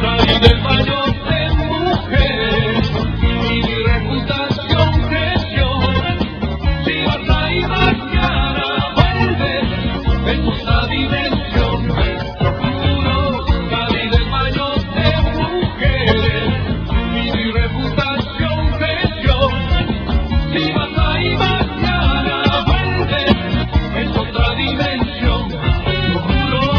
salí del baño de mujeres y mi reputación creció. Si vas ahí mañana, vuelves en otra dimensión. Juro, salí del baño de mujeres y mi reputación creció. Si vas ahí mañana, vuelves en otra dimensión. Juro.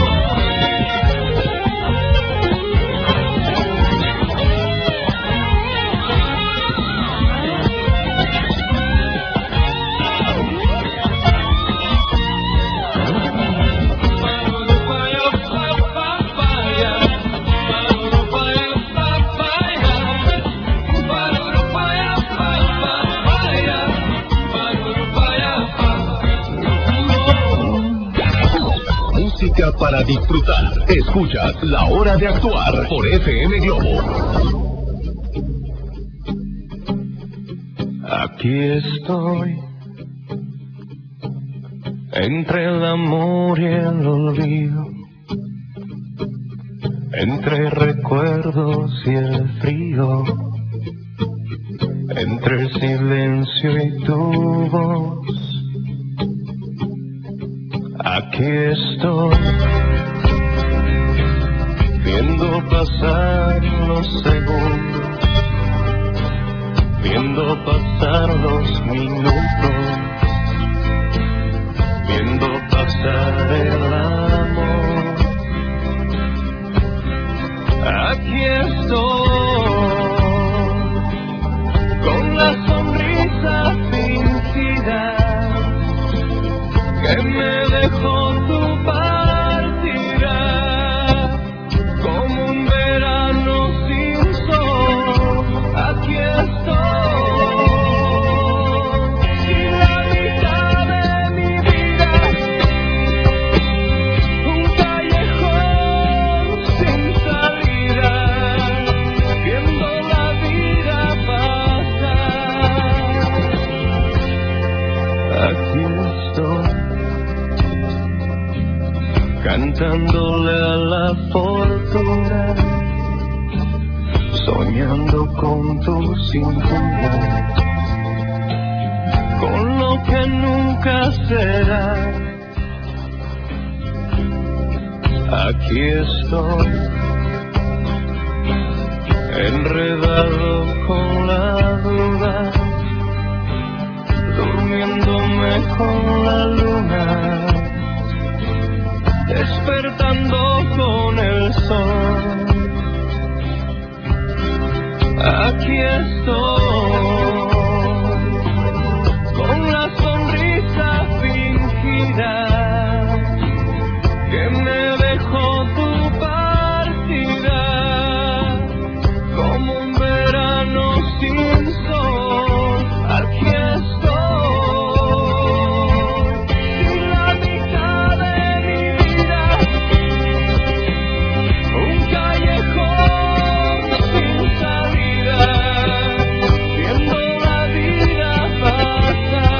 Música para disfrutar. Escuchas La Hora de Actuar por F M Globo.
Aquí estoy, entre el amor y el olvido, entre recuerdos y el frío, entre el silencio y tu voz. Aquí estoy, viendo pasar los segundos, viendo pasar los minutos, viendo pasar el amor. Aquí estoy, con la sonrisa fingida que me dejó tu partida, como un verano sin sol. Aquí estoy, sin la mitad de mi vida, un callejón sin salida, viendo la vida pasar. Aquí estoy, cantándole a la fortuna, soñando con tu cintura, con lo que nunca será. Aquí estoy, enredado con la duda, durmiéndome con la luna, despertando con el sol. Aquí estoy, con la sonrisa fingida que me dejó tu partida, como un verano sin sol. Aquí estoy, sin la mitad de mi vida, un callejón sin salida, viendo la vida pasar.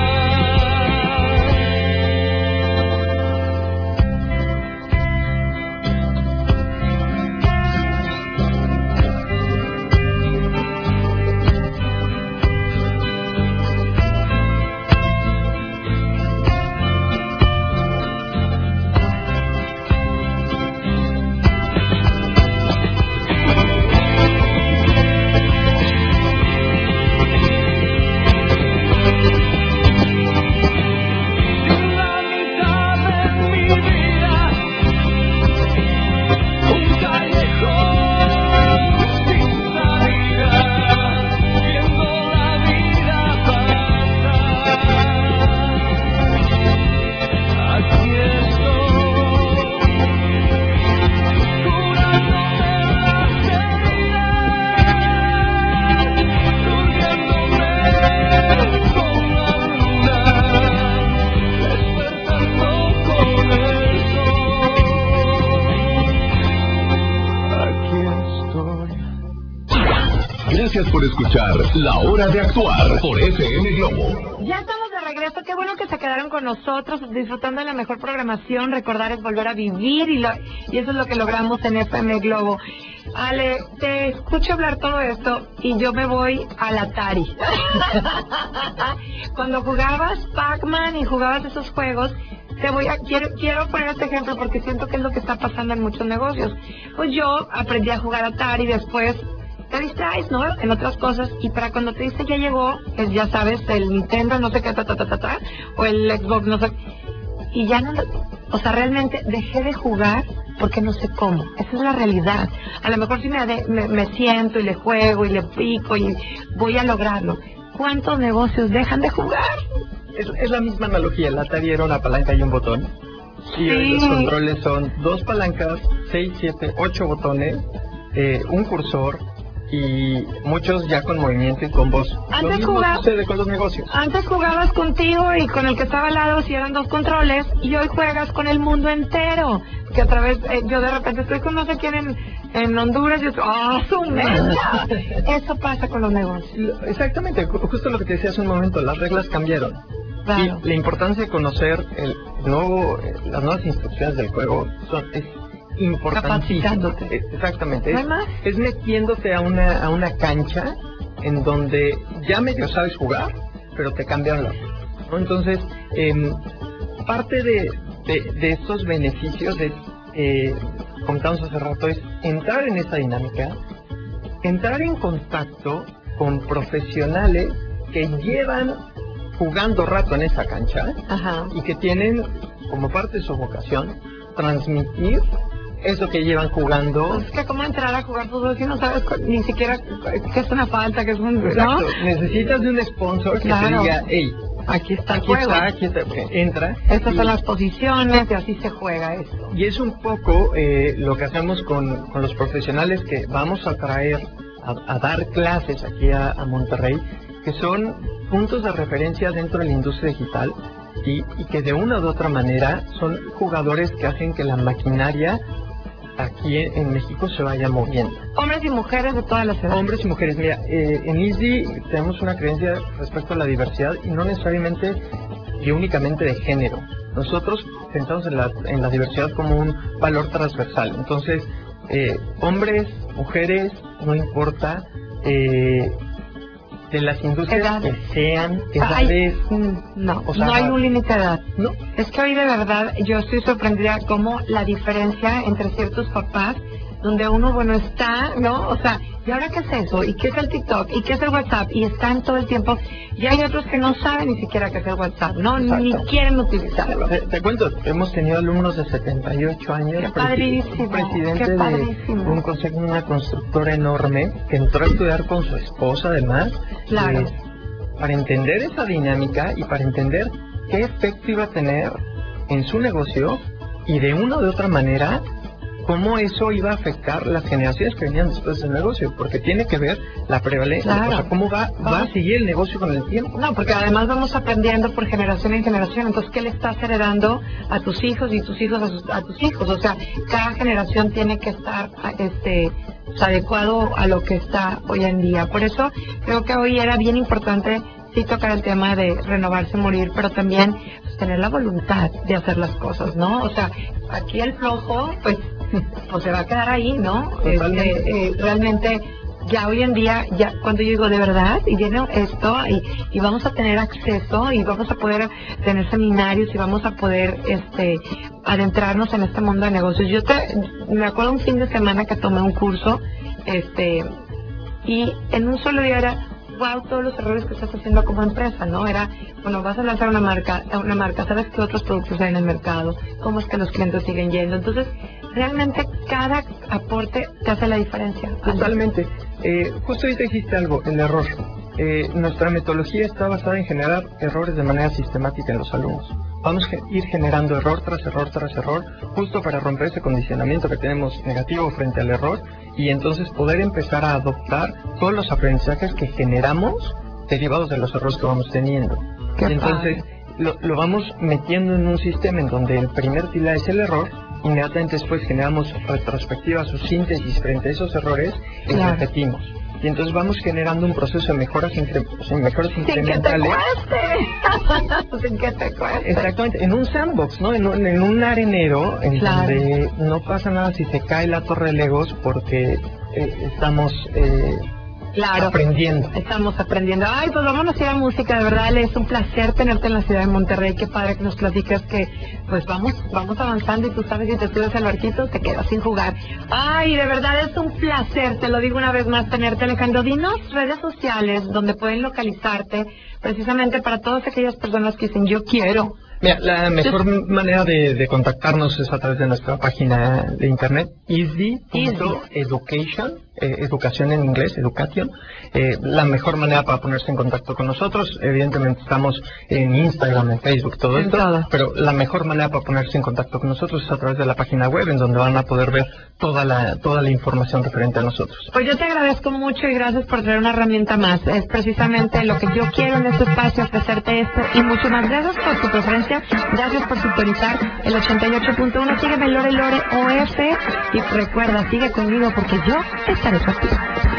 Gracias por escuchar La Hora de Actuar por F M Globo.
Ya estamos de regreso, qué bueno que se quedaron con nosotros disfrutando de la mejor programación. Recordar es volver a vivir y, lo, y eso es lo que logramos en F M Globo. Ale, te escucho hablar todo esto y yo me voy al Atari. Cuando jugabas Pac-Man y jugabas esos juegos, te voy a quiero quiero poner este ejemplo porque siento que es lo que está pasando en muchos negocios. Pues yo aprendí a jugar Atari y después te distraes, ¿no? En otras cosas, y para cuando te dice ya llegó, es ya sabes, el Nintendo, no sé qué, ta, ta, ta, ta, ta, o el Xbox, no sé, y ya no, o sea, realmente dejé de jugar porque no sé cómo, esa es la realidad. A lo mejor si me, de, me, me siento y le juego y le pico y voy a lograrlo. ¿Cuántos negocios dejan de jugar?
Es, es la misma analogía, el Atari era una palanca y un botón. Y hoy los controles son dos palancas, seis, siete, ocho botones, eh, un cursor, y muchos ya con movimiento y con voz.
Antes
Lo mismo
jugaba,
sucede con los negocios.
Antes jugabas contigo y con el que estaba al lado si eran dos controles, y hoy juegas con el mundo entero. Que a través, eh, yo de repente estoy con no sé quién en, en Honduras y otro, ¡ah, su mecha! Eso pasa con los negocios.
Exactamente, justo lo que te decía hace un momento, las reglas cambiaron.
Claro.
Y la importancia de conocer el nuevo, eh, las nuevas instrucciones del juego son, es importantísimo. Exactamente. Es, es metiéndote a una, a una cancha en donde ya medio sabes jugar, pero te cambian las reglas, ¿no? Entonces, eh, parte de, de, de estos beneficios, de, eh, comentamos hace rato, es entrar en esa dinámica, entrar en contacto con profesionales que llevan jugando rato en esa cancha.
Ajá.
Y que tienen como parte de su vocación transmitir eso que llevan jugando.
Es que cómo entrar a jugar fútbol si no sabes ni siquiera qué es una falta, qué es un... ¿no?
Exacto. Necesitas de un sponsor que
claro.
te diga, hey,
aquí está el
aquí
juego.
está, aquí está, entra.
Estas
y,
son las posiciones y así se juega esto.
Y es un poco eh, lo que hacemos con, con los profesionales que vamos a traer a, a dar clases aquí a, a Monterrey, que son puntos de referencia dentro de la industria digital y, y que de una u otra manera son jugadores que hacen que la maquinaria aquí en, en México se vaya moviendo.
Hombres y mujeres de todas las edades.
Hombres y mujeres. Mira, eh, en I S D I tenemos una creencia respecto a la diversidad y no necesariamente y únicamente de género. Nosotros pensamos en la, en la diversidad como un valor transversal. Entonces, eh, hombres, mujeres, no importa, eh, de las industrias edades. Que sean, edades.
Ay, no,
o sea,
no hay un límite de edad.
No.
Es que hoy de verdad yo estoy sorprendida como la diferencia entre ciertos papás, donde uno, bueno, está, ¿no? O sea, ¿y ahora qué es eso? ¿Y qué es el TikTok? ¿Y qué es el WhatsApp? Y están todo el tiempo. Y hay otros que no saben ni siquiera qué es el WhatsApp, ¿no? Exacto. Ni quieren utilizarlo.
Te, te cuento, hemos tenido alumnos de setenta y ocho años.
Qué padrísimo.
Un presidente
qué
padrísimo. de un consejo, una constructora enorme, que entró a estudiar con su esposa, además.
Claro.
Eh, para entender esa dinámica y para entender qué efecto iba a tener en su negocio y de una u otra manera cómo eso iba a afectar las generaciones que venían después del negocio, porque tiene que ver la prevalencia,
claro.
O sea, cómo va, va a seguir el negocio con el tiempo.
No, porque además vamos aprendiendo por generación en generación, entonces ¿qué le estás heredando a tus hijos y tus hijos a, sus, a tus hijos? O sea, cada generación tiene que estar este adecuado a lo que está hoy en día. Por eso creo que hoy era bien importante sí tocar el tema de renovarse, morir, pero también pues, tener la voluntad de hacer las cosas, ¿no? O sea, aquí el flojo, pues, pues se va a quedar ahí, ¿no? Este, eh, realmente, ya hoy en día, ya cuando yo digo de verdad, y viene esto, y, y vamos a tener acceso, y vamos a poder tener seminarios, y vamos a poder, este, adentrarnos en este mundo de negocios. Yo te, me acuerdo un fin de semana que tomé un curso, este, y en un solo día era, wow, todos los errores que estás haciendo como empresa, ¿no? Era, bueno, vas a lanzar una marca, una marca, ¿sabes qué otros productos hay en el mercado? ¿Cómo es que los clientes siguen yendo? Entonces, realmente cada aporte te hace la diferencia.
Totalmente. Eh, justo ahorita dijiste algo, el error. Eh, nuestra metodología está basada en generar errores de manera sistemática en los alumnos. Vamos a ir generando error tras error tras error, justo para romper ese condicionamiento que tenemos negativo frente al error y entonces poder empezar a adoptar todos los aprendizajes que generamos derivados de los errores que vamos teniendo.
Qué
y entonces lo, lo vamos metiendo en un sistema en donde el primer pilar es el error, inmediatamente después generamos retrospectivas o síntesis frente a esos errores y claro. repetimos. y entonces vamos generando un proceso de mejoras, incre mejoras incrementales.
Sin que te cueste.
Exactamente, en un sandbox, ¿no? En un, en un arenero en
claro.
donde no pasa nada si se cae la torre de Legos porque eh, estamos... Eh,
Claro,
aprendiendo.
Estamos aprendiendo. Ay, pues vámonos a ir a música, de verdad, es un placer tenerte en la ciudad de Monterrey. Qué padre que nos platicas que, pues vamos, vamos avanzando y tú sabes, si te subes al barquito, te quedas sin jugar. Ay, de verdad es un placer, te lo digo una vez más, tenerte, Alejandro. Dinos redes sociales donde pueden localizarte, precisamente para todas aquellas personas que dicen, yo quiero.
Mira, la mejor sí. manera de, de contactarnos es a través de nuestra página de internet, easy punto education, eh, educación en inglés, education. Eh, la mejor manera para ponerse en contacto con nosotros, evidentemente estamos en Instagram, en Facebook, todo esto, todo. Pero la mejor manera para ponerse en contacto con nosotros es a través de la página web, en donde van a poder ver toda la, toda la información referente a nosotros.
Pues yo te agradezco mucho y gracias por traer una herramienta más. Es precisamente lo que yo quiero en este espacio, ofrecerte esto y mucho más. Gracias por tu preferencia. Gracias por sintonizar el ochenta y ocho punto uno. Sígueme Lore Lore O F y recuerda, sigue conmigo porque yo estaré contigo.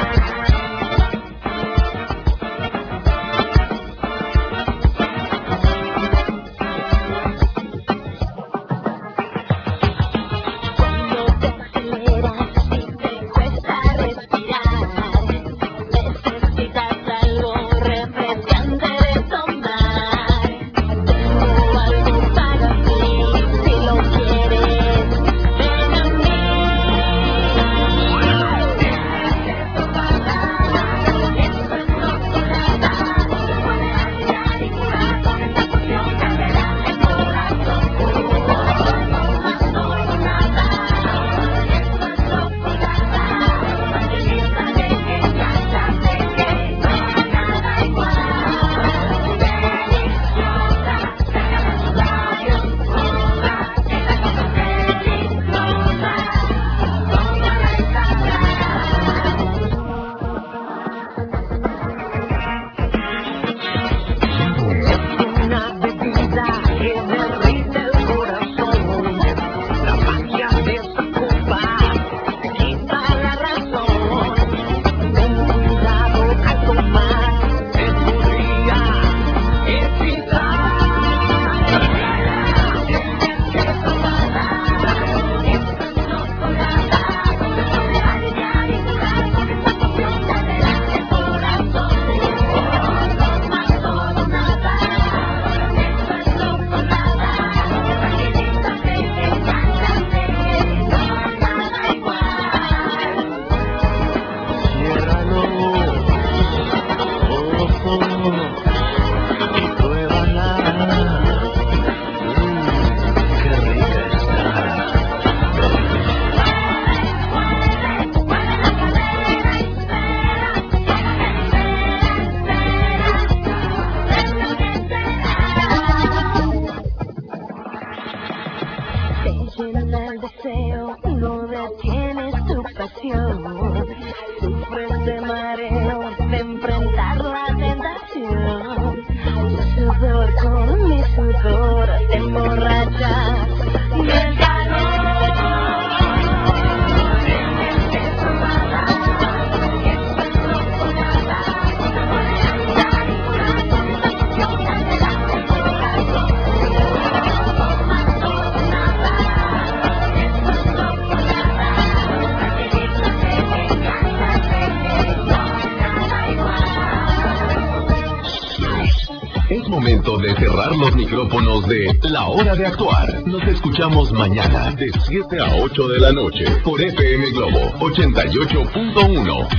De cerrar los micrófonos de La Hora de Actuar. Nos escuchamos mañana de siete a ocho de la noche por F M Globo ochenta y ocho punto uno.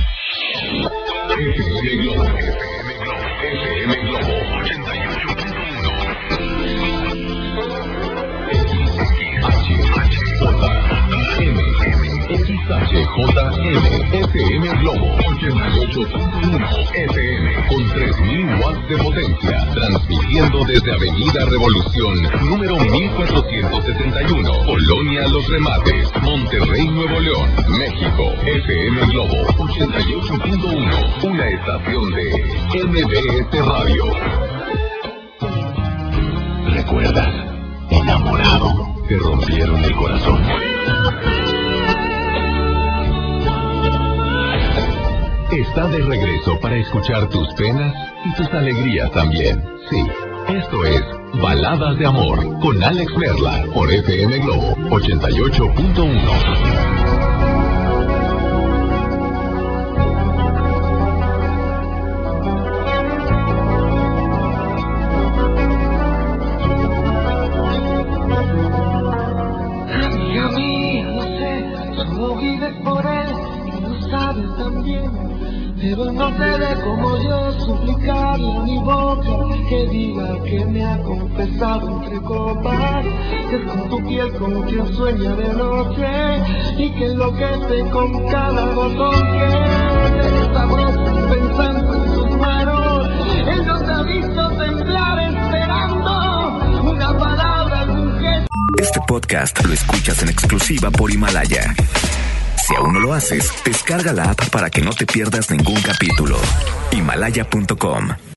F M Globo, F M Globo ochenta y ocho punto uno. X H J M, F M Globo ochenta y ocho punto uno F M con tres mil watts de potencia, transmitiendo desde Avenida Revolución, número mil cuatrocientos sesenta y uno, Colonia Los Remates, Monterrey, Nuevo León, México. F M Globo ochenta y ocho punto uno, una estación de M B S Radio. ¿Recuerdas? Enamorado, te rompieron el corazón. está de regreso para escuchar tus penas y tus alegrías también. Sí, esto es Baladas de Amor con Alex Merla por F M Globo ochenta y ocho punto uno.
Pero no te ve como yo suplicarle a mi boca que diga que me ha confesado entre copas, que es con tu piel con quien sueña de noche y que enloquece con cada botón que te sabroso pensando en sus manos. Él no te ha visto temblar esperando una palabra, algún gesto.
Este podcast lo escuchas en exclusiva por Himalaya. Si aún no lo haces, descarga la app para que no te pierdas ningún capítulo. Himalaya punto com